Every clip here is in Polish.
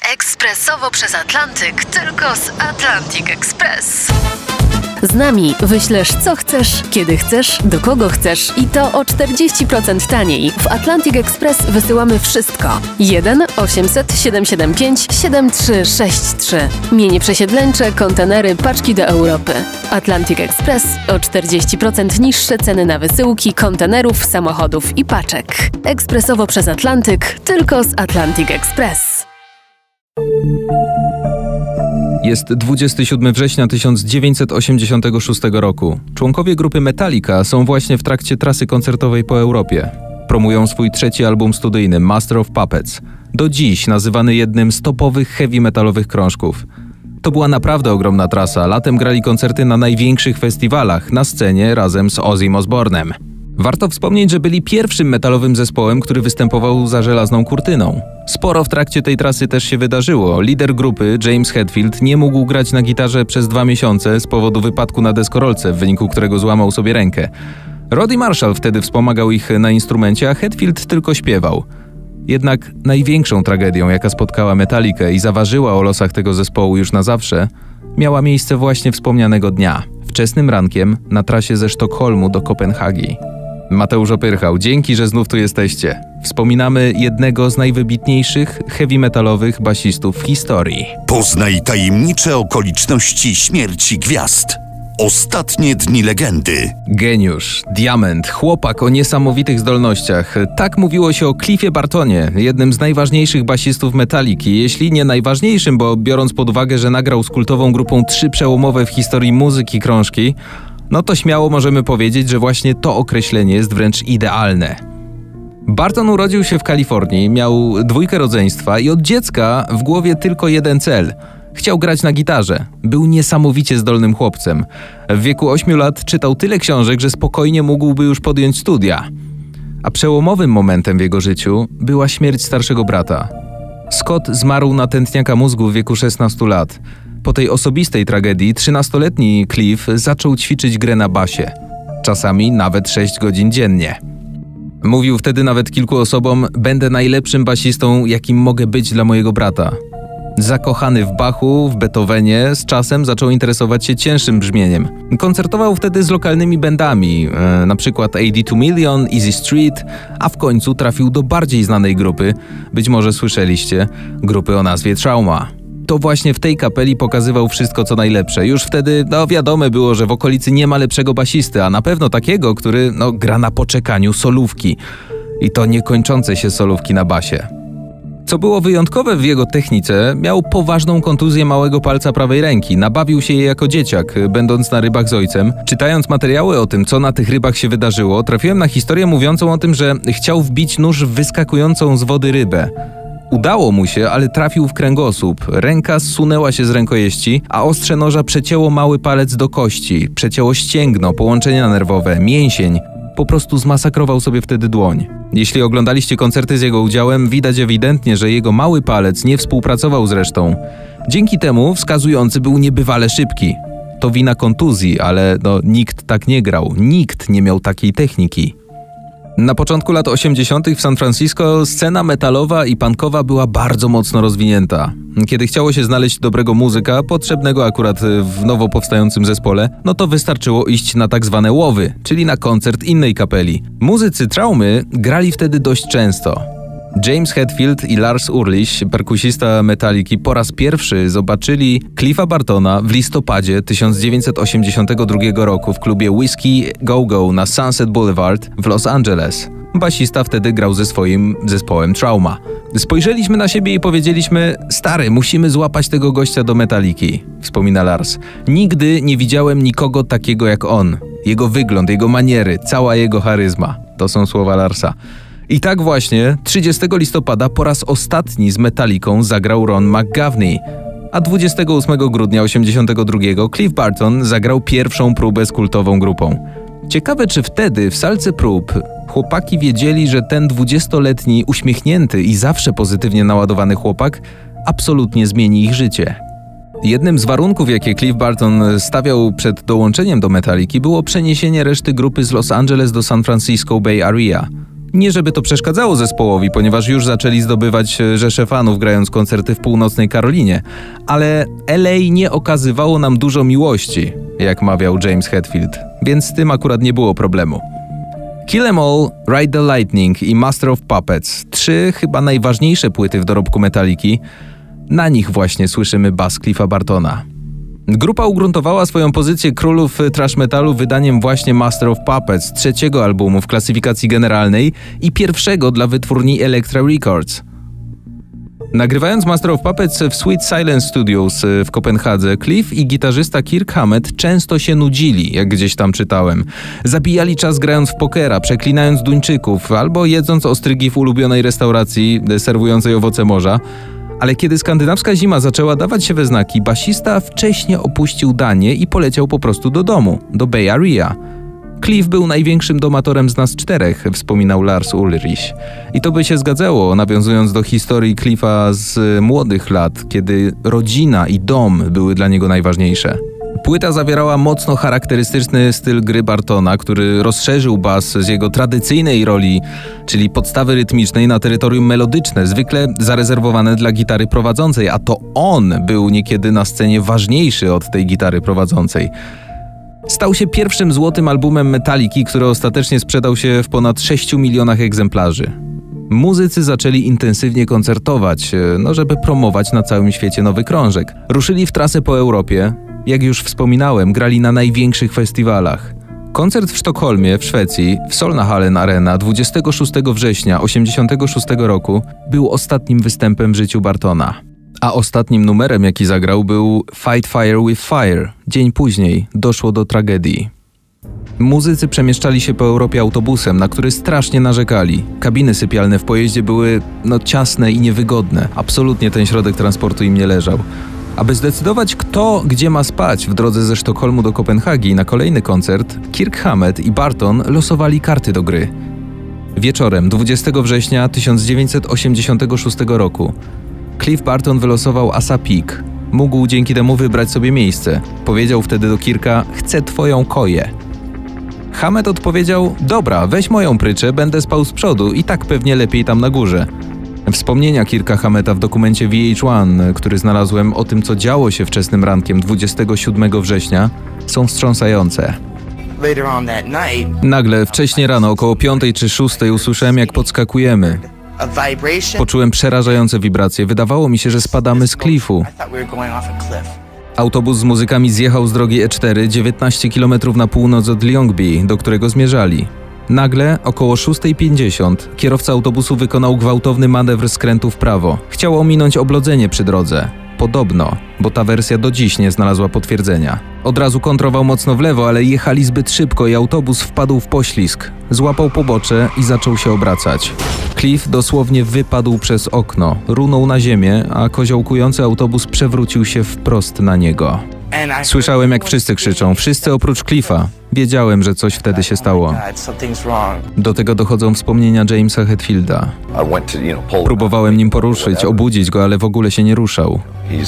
Ekspresowo przez Atlantyk, tylko z Atlantic Express. Z nami wyślesz co chcesz, kiedy chcesz, do kogo chcesz i to o 40% taniej. W Atlantic Express wysyłamy wszystko. 1-800-775-7363. Mienie przesiedleńcze, kontenery, paczki do Europy. Atlantic Express o 40% niższe ceny na wysyłki, kontenerów, samochodów i paczek. Ekspresowo przez Atlantyk, tylko z Atlantic Express. Jest 27 września 1986 roku. Członkowie grupy Metallica są właśnie w trakcie trasy koncertowej po Europie. Promują swój trzeci album studyjny Master of Puppets, do dziś nazywany jednym z topowych heavy metalowych krążków. To była naprawdę ogromna trasa, latem grali koncerty na największych festiwalach, na scenie razem z Ozzym Osbournem. Warto wspomnieć, że byli pierwszym metalowym zespołem, który występował za żelazną kurtyną. Sporo w trakcie tej trasy też się wydarzyło. Lider grupy, James Hetfield, nie mógł grać na gitarze przez 2 miesiące z powodu wypadku na deskorolce, w wyniku którego złamał sobie rękę. Roddy Marshall wtedy wspomagał ich na instrumencie, a Hetfield tylko śpiewał. Jednak największą tragedią, jaka spotkała Metallicę i zaważyła o losach tego zespołu już na zawsze, miała miejsce właśnie wspomnianego dnia, wczesnym rankiem na trasie ze Sztokholmu do Kopenhagi. Mateusz Opyrchał, dzięki, że znów tu jesteście. Wspominamy jednego z najwybitniejszych heavy metalowych basistów w historii. Poznaj tajemnicze okoliczności śmierci gwiazd. Ostatnie dni legendy. Geniusz, diament, chłopak o niesamowitych zdolnościach. Tak mówiło się o Cliffie Bartonie, jednym z najważniejszych basistów Metalliki, jeśli nie najważniejszym, bo biorąc pod uwagę, że nagrał z kultową grupą 3 przełomowe w historii muzyki krążki, no to śmiało możemy powiedzieć, że właśnie to określenie jest wręcz idealne. Barton urodził się w Kalifornii, miał 2 rodzeństwa i od dziecka w głowie tylko jeden cel. Chciał grać na gitarze. Był niesamowicie zdolnym chłopcem. W wieku 8 lat czytał tyle książek, że spokojnie mógłby już podjąć studia. A przełomowym momentem w jego życiu była śmierć starszego brata. Scott zmarł na tętniaka mózgu w wieku 16 lat. Po tej osobistej tragedii 13-letni Cliff zaczął ćwiczyć grę na basie. Czasami nawet 6 godzin dziennie. Mówił wtedy nawet kilku osobom: będę najlepszym basistą, jakim mogę być dla mojego brata. Zakochany w Bachu, w Beethovenie, z czasem zaczął interesować się cięższym brzmieniem. Koncertował wtedy z lokalnymi bandami, np. 82 Million, Easy Street, a w końcu trafił do bardziej znanej grupy, być może słyszeliście, grupy o nazwie Trauma. To właśnie w tej kapeli pokazywał wszystko co najlepsze. Już wtedy, wiadome było, że w okolicy nie ma lepszego basisty, a na pewno takiego, który, gra na poczekaniu solówki. I to niekończące się solówki na basie. Co było wyjątkowe w jego technice, miał poważną kontuzję małego palca prawej ręki. Nabawił się jej jako dzieciak, będąc na rybach z ojcem. Czytając materiały o tym, co na tych rybach się wydarzyło, trafiłem na historię mówiącą o tym, że chciał wbić nóż w wyskakującą z wody rybę. Udało mu się, ale trafił w kręgosłup. Ręka zsunęła się z rękojeści, a ostrze noża przecięło mały palec do kości, przecięło ścięgno, połączenia nerwowe, mięsień. Po prostu zmasakrował sobie wtedy dłoń. Jeśli oglądaliście koncerty z jego udziałem, widać ewidentnie, że jego mały palec nie współpracował z resztą. Dzięki temu wskazujący był niebywale szybki. To wina kontuzji, ale nikt tak nie grał, nikt nie miał takiej techniki. Na początku lat 80. w San Francisco scena metalowa i punkowa była bardzo mocno rozwinięta. Kiedy chciało się znaleźć dobrego muzyka, potrzebnego akurat w nowo powstającym zespole, to wystarczyło iść na tak zwane łowy, czyli na koncert innej kapeli. Muzycy Traumy grali wtedy dość często. James Hetfield i Lars Ulrich, perkusista Metalliki, po raz pierwszy zobaczyli Cliffa Bartona w listopadzie 1982 roku w klubie Whiskey Go Go na Sunset Boulevard w Los Angeles. Basista wtedy grał ze swoim zespołem Trauma. Spojrzeliśmy na siebie i powiedzieliśmy: stary, musimy złapać tego gościa do Metalliki, wspomina Lars. Nigdy nie widziałem nikogo takiego jak on. Jego wygląd, jego maniery, cała jego charyzma. To są słowa Larsa. I tak właśnie 30 listopada po raz ostatni z Metallicą zagrał Ron McGovney, a 28 grudnia 1982 Cliff Barton zagrał pierwszą próbę z kultową grupą. Ciekawe, czy wtedy w salce prób chłopaki wiedzieli, że ten 20-letni, uśmiechnięty i zawsze pozytywnie naładowany chłopak absolutnie zmieni ich życie. Jednym z warunków, jakie Cliff Barton stawiał przed dołączeniem do Metalliki, było przeniesienie reszty grupy z Los Angeles do San Francisco Bay Area. Nie żeby to przeszkadzało zespołowi, ponieważ już zaczęli zdobywać rzesze fanów grając koncerty w północnej Karolinie, ale LA nie okazywało nam dużo miłości, jak mawiał James Hetfield, więc z tym akurat nie było problemu. Kill 'Em All, Ride the Lightning i Master of Puppets, 3 chyba najważniejsze płyty w dorobku Metaliki, na nich właśnie słyszymy bas Cliffa Bartona. Grupa ugruntowała swoją pozycję królów thrash metalu wydaniem właśnie Master of Puppets, 3. albumu w klasyfikacji generalnej i pierwszego dla wytwórni Elektra Records. Nagrywając Master of Puppets w Sweet Silence Studios w Kopenhadze, Cliff i gitarzysta Kirk Hammett często się nudzili, jak gdzieś tam czytałem. Zabijali czas grając w pokera, przeklinając Duńczyków albo jedząc ostrygi w ulubionej restauracji serwującej owoce morza. Ale kiedy skandynawska zima zaczęła dawać się we znaki, basista wcześnie opuścił Danię i poleciał po prostu do domu, do Bay Area. Cliff był największym domatorem z nas 4, wspominał Lars Ulrich. I to by się zgadzało, nawiązując do historii Cliffa z młodych lat, kiedy rodzina i dom były dla niego najważniejsze. Płyta zawierała mocno charakterystyczny styl gry Bartona, który rozszerzył bas z jego tradycyjnej roli, czyli podstawy rytmicznej, na terytorium melodyczne, zwykle zarezerwowane dla gitary prowadzącej, a to on był niekiedy na scenie ważniejszy od tej gitary prowadzącej. Stał się pierwszym złotym albumem Metaliki, który ostatecznie sprzedał się w ponad 6 milionach egzemplarzy. Muzycy zaczęli intensywnie koncertować, żeby promować na całym świecie nowy krążek. Ruszyli w trasę po Europie. Jak już wspominałem, grali na największych festiwalach. Koncert w Sztokholmie, w Szwecji, w Solnahallen Arena 26 września 1986 roku był ostatnim występem w życiu Bartona. A ostatnim numerem, jaki zagrał, był Fight Fire with Fire. Dzień później doszło do tragedii. Muzycy przemieszczali się po Europie autobusem, na który strasznie narzekali. Kabiny sypialne w pojeździe były, ciasne i niewygodne. Absolutnie ten środek transportu im nie leżał. Aby zdecydować, kto gdzie ma spać w drodze ze Sztokholmu do Kopenhagi na kolejny koncert, Kirk Hammett i Barton losowali karty do gry. Wieczorem 20 września 1986 roku Cliff Barton wylosował Asa Peak. Mógł dzięki temu wybrać sobie miejsce. Powiedział wtedy do Kirka: chcę twoją koję. Hammett odpowiedział: dobra, weź moją pryczę, będę spał z przodu i tak pewnie lepiej tam na górze. Wspomnienia Kirka Hammetta w dokumencie VH1, który znalazłem, o tym, co działo się wczesnym rankiem 27 września, są wstrząsające. Nagle, wcześnie rano, około 5 czy 6 usłyszałem, jak podskakujemy. Poczułem przerażające wibracje. Wydawało mi się, że spadamy z klifu. Autobus z muzykami zjechał z drogi E4 19 km na północ od Ljungby, do którego zmierzali. Nagle, około 6:50, kierowca autobusu wykonał gwałtowny manewr skrętu w prawo. Chciał ominąć oblodzenie przy drodze. Podobno, bo ta wersja do dziś nie znalazła potwierdzenia. Od razu kontrował mocno w lewo, ale jechali zbyt szybko i autobus wpadł w poślizg. Złapał pobocze i zaczął się obracać. Cliff dosłownie wypadł przez okno, runął na ziemię, a koziołkujący autobus przewrócił się wprost na niego. Słyszałem, jak wszyscy krzyczą, wszyscy oprócz Cliffa. Wiedziałem, że coś wtedy się stało. Do tego dochodzą wspomnienia Jamesa Hetfielda. Próbowałem nim poruszyć, obudzić go, ale w ogóle się nie ruszał.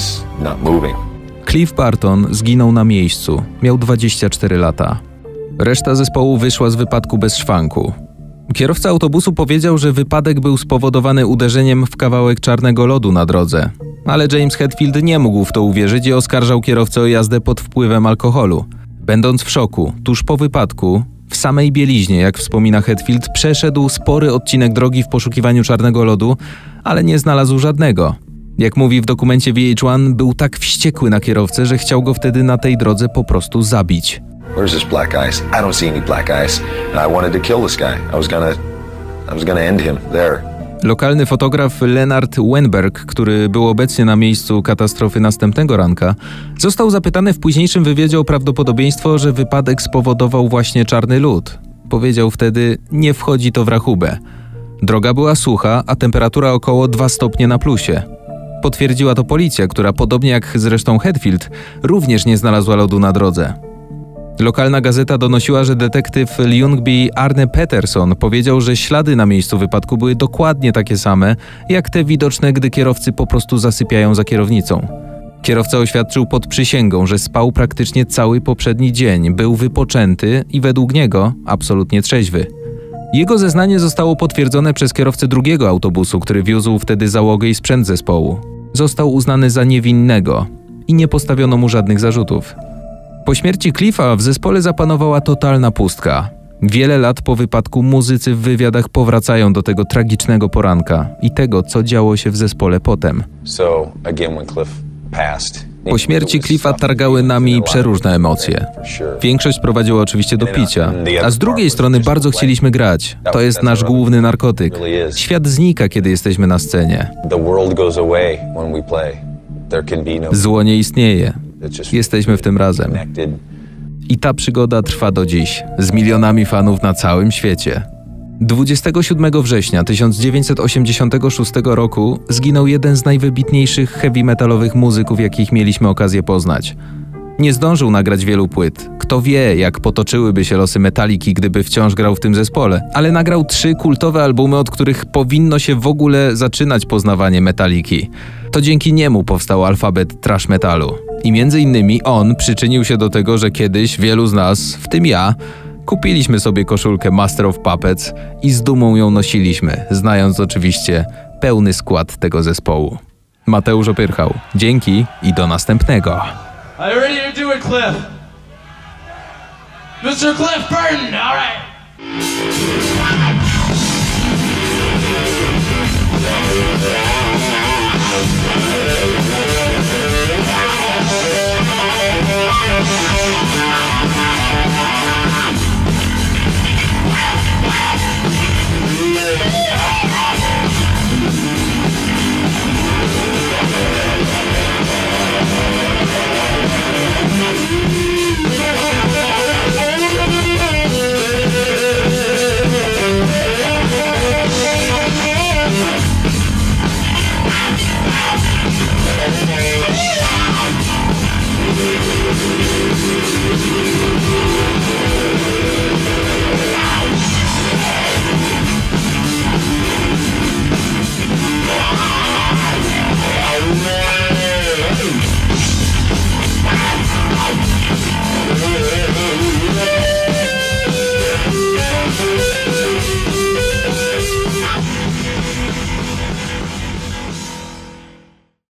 Cliff Barton zginął na miejscu. Miał 24 lata. Reszta zespołu wyszła z wypadku bez szwanku. Kierowca autobusu powiedział, że wypadek był spowodowany uderzeniem w kawałek czarnego lodu na drodze. Ale James Hetfield nie mógł w to uwierzyć i oskarżał kierowcę o jazdę pod wpływem alkoholu. Będąc w szoku, tuż po wypadku, w samej bieliźnie, jak wspomina Hetfield, przeszedł spory odcinek drogi w poszukiwaniu czarnego lodu, ale nie znalazł żadnego. Jak mówi w dokumencie VH1, był tak wściekły na kierowcę, że chciał go wtedy na tej drodze po prostu zabić. Where's this black ice? I don't see any black ice. And I wanted to kill this guy. I was gonna end him there. Lokalny fotograf Lennart Wenberg, który był obecnie na miejscu katastrofy następnego ranka, został zapytany w późniejszym wywiadzie o prawdopodobieństwo, że wypadek spowodował właśnie czarny lód. Powiedział wtedy: nie wchodzi to w rachubę. Droga była sucha, a temperatura około 2 stopnie na plusie. Potwierdziła to policja, która podobnie jak zresztą Hetfield również nie znalazła lodu na drodze. Lokalna gazeta donosiła, że detektyw Ljungby Arne Pettersson powiedział, że ślady na miejscu wypadku były dokładnie takie same, jak te widoczne, gdy kierowcy po prostu zasypiają za kierownicą. Kierowca oświadczył pod przysięgą, że spał praktycznie cały poprzedni dzień, był wypoczęty i według niego absolutnie trzeźwy. Jego zeznanie zostało potwierdzone przez kierowcę drugiego autobusu, który wiózł wtedy załogę i sprzęt zespołu. Został uznany za niewinnego i nie postawiono mu żadnych zarzutów. Po śmierci Cliffa w zespole zapanowała totalna pustka. Wiele lat po wypadku muzycy w wywiadach powracają do tego tragicznego poranka i tego, co działo się w zespole potem. Po śmierci Cliffa targały nami przeróżne emocje. Większość prowadziła oczywiście do picia, a z drugiej strony bardzo chcieliśmy grać. To jest nasz główny narkotyk. Świat znika, kiedy jesteśmy na scenie. Zło nie istnieje. Jesteśmy w tym razem. I ta przygoda trwa do dziś, z milionami fanów na całym świecie. 27 września 1986 roku zginął jeden z najwybitniejszych heavy metalowych muzyków, jakich mieliśmy okazję poznać. Nie zdążył nagrać wielu płyt. Kto wie, jak potoczyłyby się losy Metaliki, gdyby wciąż grał w tym zespole. Ale nagrał 3 kultowe albumy, od których powinno się w ogóle zaczynać poznawanie Metaliki. To dzięki niemu powstał alfabet thrash metalu. I między innymi on przyczynił się do tego, że kiedyś wielu z nas, w tym ja, kupiliśmy sobie koszulkę Master of Puppets i z dumą ją nosiliśmy, znając oczywiście pełny skład tego zespołu. Mateusz Opyrchał. Dzięki i do następnego. Are you ready to do it, Cliff? Mr. Cliff Burton, all right.